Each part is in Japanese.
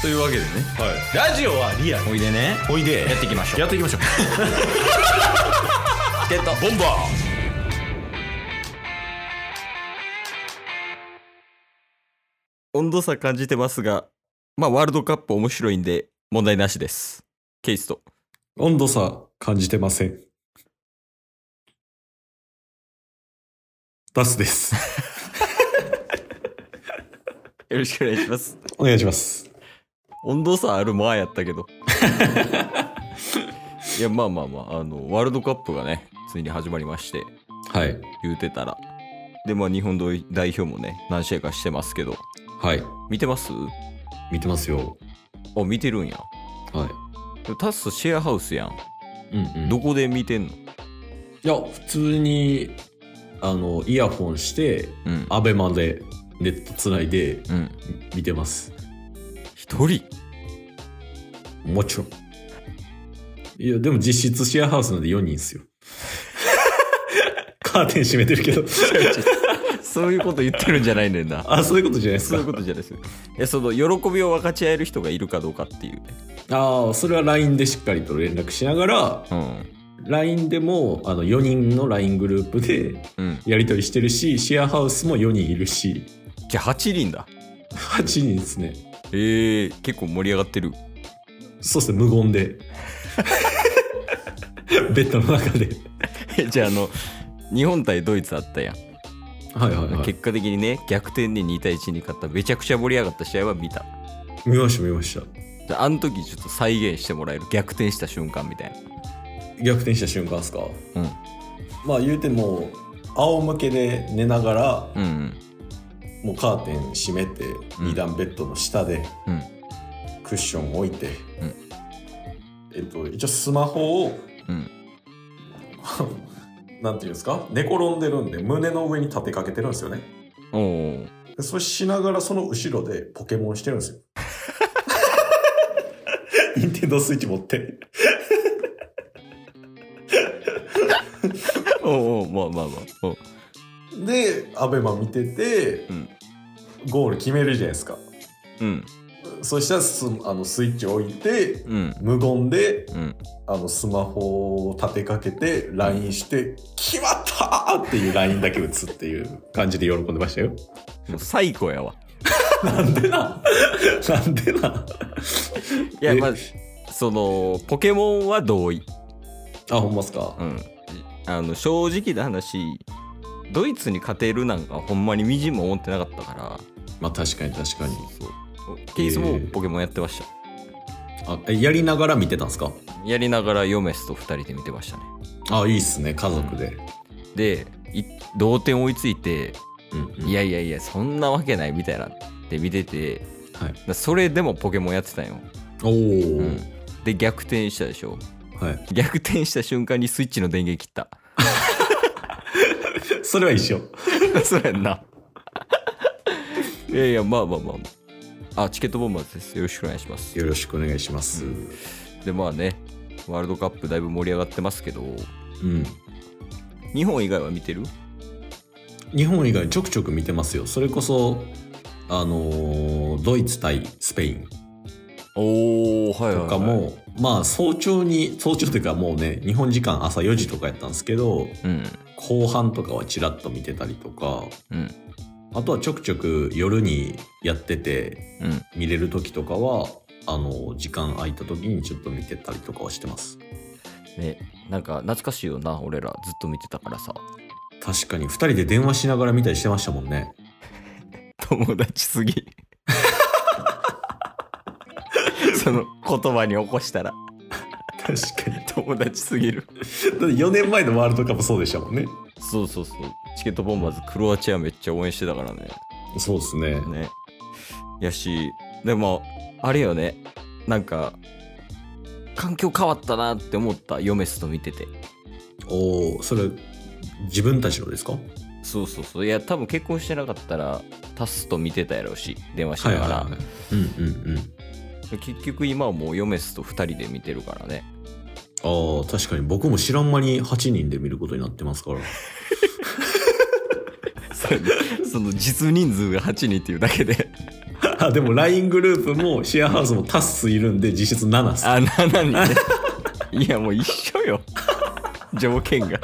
というわけでね、 はい、ラジオはリアル。 おいでね、 おいでやっていきましょう。 やっていきましょう。 ゲットボンバ温度差感じてますが、まあワールドカップ面白いんで問題なしです。ケイスト。 ー。温度差感じてません。タスです。 よろしくお願いします。 お願いします。 温度差ある前やったけど。いやまあワールドカップがねついに始まりまして、 はい。 言うてたらで日本代表もね何試合かしてますけど、 はい。 見てます？ 見てますよ。 あ、見てるんや。 はでもタスシェアハウスやん。 い。 どこで見てんの？ いや、普通に、イヤホンして、アベマでネットつないで、見てます。 一人？ もちろん。いや、でも実質シェアハウスなんで4人っすよ。カーテン閉めてるけど。 そういうこと言ってるんじゃないねんな。 あ、そういうことじゃないですか。 そういうことじゃないです。いや、その喜びを分かち合える人がいるかどうかっていうね。 ああ、それは LINE でしっかりと連絡しながら、LINE でも4人の LINE グループでやり取りしてるし、シェアハウスも4人いるし。 じゃあ8人だ。 8人ですね。 結構盛り上がってる。 そうですね、無言で。ベッドの中で。 じゃあ日本対ドイツあったやん。 はいはいはい。 結果的にね、逆転で2対1に勝っためちゃくちゃ盛り上がった試合は見た。 見ました。 じゃあ時ちょっと再現してもらえる？逆転した瞬間みたいな。 逆転した瞬間ですか？まあ言うても仰向けで寝ながら、もうカーテン閉めて、2段ベッドの下で、クッション置いて、一応スマホを、なんていうんですか、寝転んでるんで胸の上に立てかけてるんですよね。でそれしながらその後ろでポケモンしてるんですよ。ニンテンドースイッチ持って。でアベマ見てて、ゴール決めるじゃないですか。そしたらスイッチ置いて、無言で、スマホを立てかけて LINE して、決まったーっていう LINE だけ打つっていう感じで喜んでましたよ。 もう最高やわ。 なんでな。 いや、まあそのポケモンは同意。 あ、ほんまっすか？ 正直な話、ドイツに勝てるなんかほんまにみじんも思ってなかったから。まあ確かに。そうケースもポケモンやってました。 やりながら見てたんですか？ やりながらヨメスと2人で見てましたね。 あ、いいっすね、家族で。 で同点追いついて、いやそんなわけないみたいなって見てて、それでもポケモンやってたんよ。で逆転したでしょ。逆転した瞬間にスイッチの電源切った。 それは一緒。 そうやんな。いやまあチケットボンバーズです。よろしくお願いします。 よろしくお願いします。 でまあね、ワールドカップだいぶ盛り上がってますけど、日本以外は見てる？ 日本以外ちょくちょく見てますよ。それこそドイツ対スペインとかも、まあ早朝というかもうね、日本時間朝4時とかやったんですけど、後半とかはチラッと見てたりとか、あとはちょくちょく夜にやってて、見れる時とかは時間空いた時にちょっと見てたりとかはしてますね。なんか懐かしいよな、俺らずっと見てたからさ。 確かに2人で電話しながら見たりしてましたもんね。 友達すぎ。その言葉に起こしたら確かに友達すぎる。 だって4年前のワールドカップそうでしたもんね。 そうチケットボンバーズクロアチアめっちゃ応援してたからね。 そうですね。 やし、でもあれよね、なんか環境変わったなって思った。ヨメスと見てて。 それ自分たちのですか？ そういや多分結婚してなかったらタスと見てたやろうし、電話しながら。結局今はもうヨメスと2人で見てるからね。 確かに僕も知らん間に8人で見ることになってますから。 その実人数が8人っていうだけででも LINE グループもシェアハウスもタスいるんで実質7っす。 7人ね。いやもう一緒よ。条件が。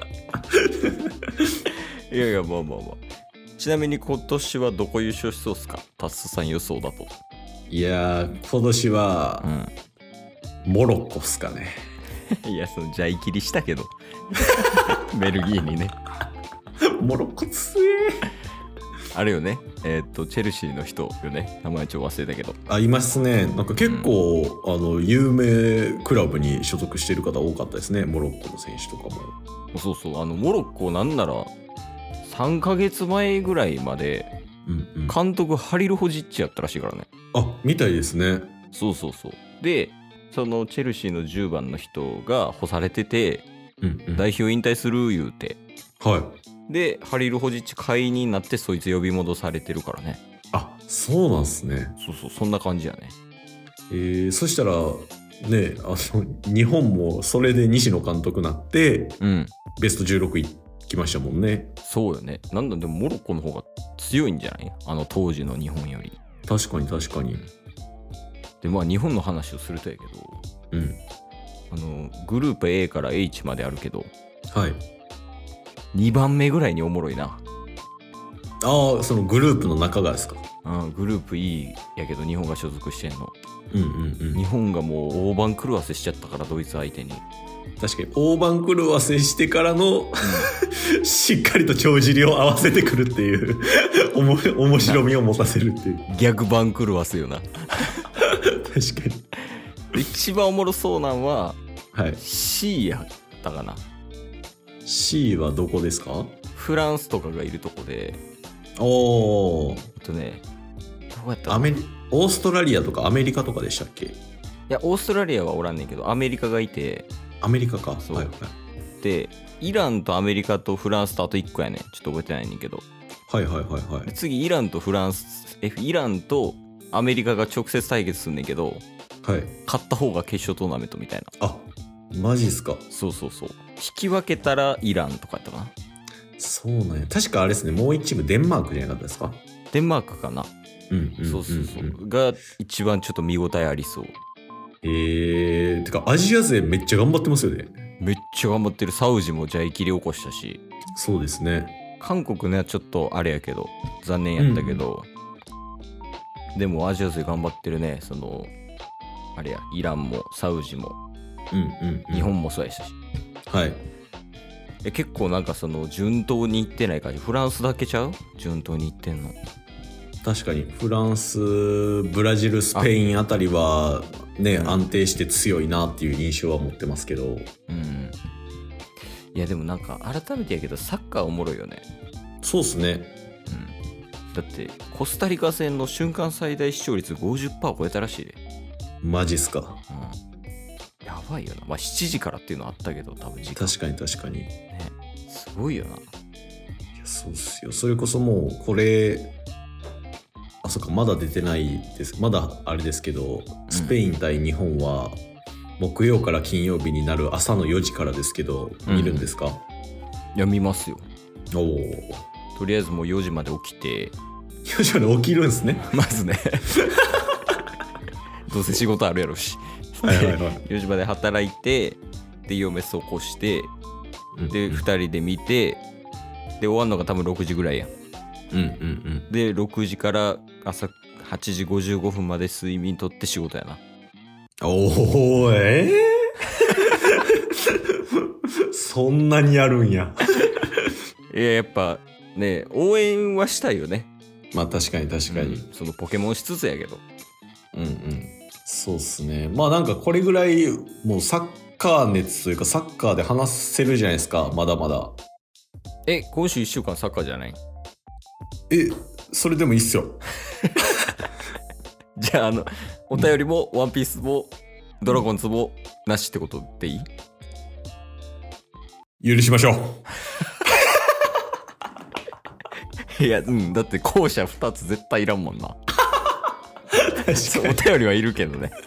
いやいやまあ。ちなみに今年はどこ優勝しそうっすか、タスさん予想だと。 いやー今年は、モロッコっすかね。 いやそのジャイ切りしたけどベルギーにね。 モロッコ強え。 あれよね、チェルシーの人よね、名前ちょっと忘れたけど。 いますね。なんか結構、有名クラブに所属している方多かったですね、モロッコの選手とかも。 そうモロッコなんなら3ヶ月前ぐらいまで監督ハリルホジッチやったらしいからね。 みたいですね。 そうでそのチェルシーの10番の人が干されてて、代表引退する言うて、でハリルホジッチ会員になってそいつ呼び戻されてるからね。 そうなんすね。 そんな感じやね。 そしたらね、日本もそれで西野監督なって、ベスト16行きましたもんね。 そうよね。なんだでもモロッコの方が強いんじゃない、当時の日本より。 確かに。 でまあ日本の話をするとやけど、グループ A から H まであるけど、2番目ぐらいにおもろいな。 そのグループの中がですか。 グループ E やけど日本が所属してんの。日本がもう大番狂わせしちゃったから、ドイツ相手に。 確かに大番狂わせしてからの、しっかりと帳尻を合わせてくるっていう面白みを持たせるっていう。 逆番狂わせよな。 確かに。一番おもろそうなんは、C やったかな。 C はどこですか？ フランスとかがいるとこで。 どこうやったオーストラリアとかアメリカとかでしたっけ？ いやオーストラリアはおらんねんけどアメリカがいて。 アメリカか。 でイランとアメリカとフランスとあと1個やねん。ちょっと覚えてないねんけど。で次イランとイランとアメリカが直接対決すんねんけど、勝った方が決勝トーナメントみたいな。 マジっすか。 そう引き分けたらイランとかやったかな。 そうなんや。確かあれですね、もう1チームデンマークじゃなかったですか？ デンマークかな。そうが一番ちょっと見応えありそう。 てかアジア勢めっちゃ頑張ってますよね。 めっちゃ頑張ってる。サウジもジャイ切り起こしたし。 そうですね。 韓国ねちょっとあれやけど残念やったけど、でもアジア勢頑張ってるね。あれやイランもサウジも、日本もそうやしたし。結構なんか順当にいってない感じ。フランスだけちゃう順当にいってんの。確かにフランス、ブラジル、スペインあたりはね、安定して強いなっていう印象は持ってますけど。 いやでもなんか改めてやけどサッカーおもろいよね。 そうっすね。 だってコスタリカ戦の瞬間最大視聴率 50% 超えたらしいで。 マジっすか。 やばいよな。7時からっていうのあったけど多分時間。 確かに、 ね、すごいよな。いやそうっすよ。それこそもうこれそっか、まだ出てないです。まだあれですけど、スペイン対日本は木曜から金曜日になる朝の4時からですけど、見るんですか？ いや見ますよ。とりあえずもう4時まで起きて。 4時まで起きるんですね。 まずね。どうせ仕事あるやろし。4時まで働いて、で嫁起こして、で2人で見て、で終わるのが多分6時ぐらいやん。で6時から朝8時55分まで睡眠とって仕事やな。 そんなにやるんや。 いややっぱね応援はしたいよね。 確かに、 そのポケモンしつつやけど。 そうっすね。なんかこれぐらいもうサッカー熱というかサッカーで話せるじゃないですか。まだまだ。 今週1週間サッカーじゃない？ それでもいいっすよ。 じゃあお便りもワンピースもドラゴンズもなしってことでいい？ 許しましょう。いやだって後者2つ絶対いらんもんな。お便りはいるけどね。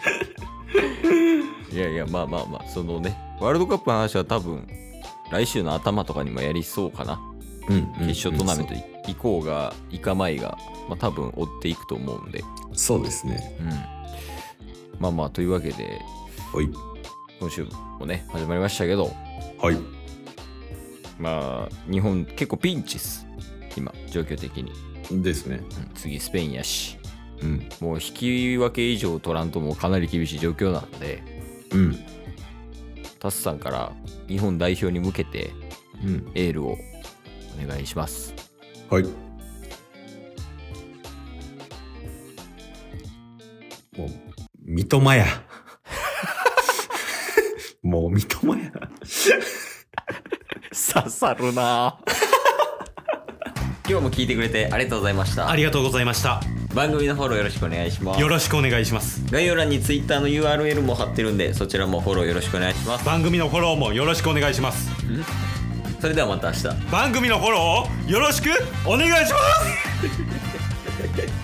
いやまあそのねワールドカップの話は多分来週の頭とかにもやりそうかな。決勝トーナメント行っ行こうが行かまいが、多分追っていくと思うんで。 そうですね。 というわけで、 はい、 今週もね始まりましたけど、 はい、 日本結構ピンチっす今状況的にですね。 次スペインやし、もう引き分け以上取らんともうかなり厳しい状況なんで、タスさんから日本代表に向けてエールをお願いします。 はい。もう三笘やもう三笘や刺さるな今日も聞いてくれてありがとうございました。 ありがとうございました。 番組のフォローよろしくお願いします。 よろしくお願いします。 概要欄に Twitter の URL も貼ってるんで、そちらもフォローよろしくお願いします。 番組のフォローもよろしくお願いします。 それではまた明日。 番組のフォローをよろしくお願いします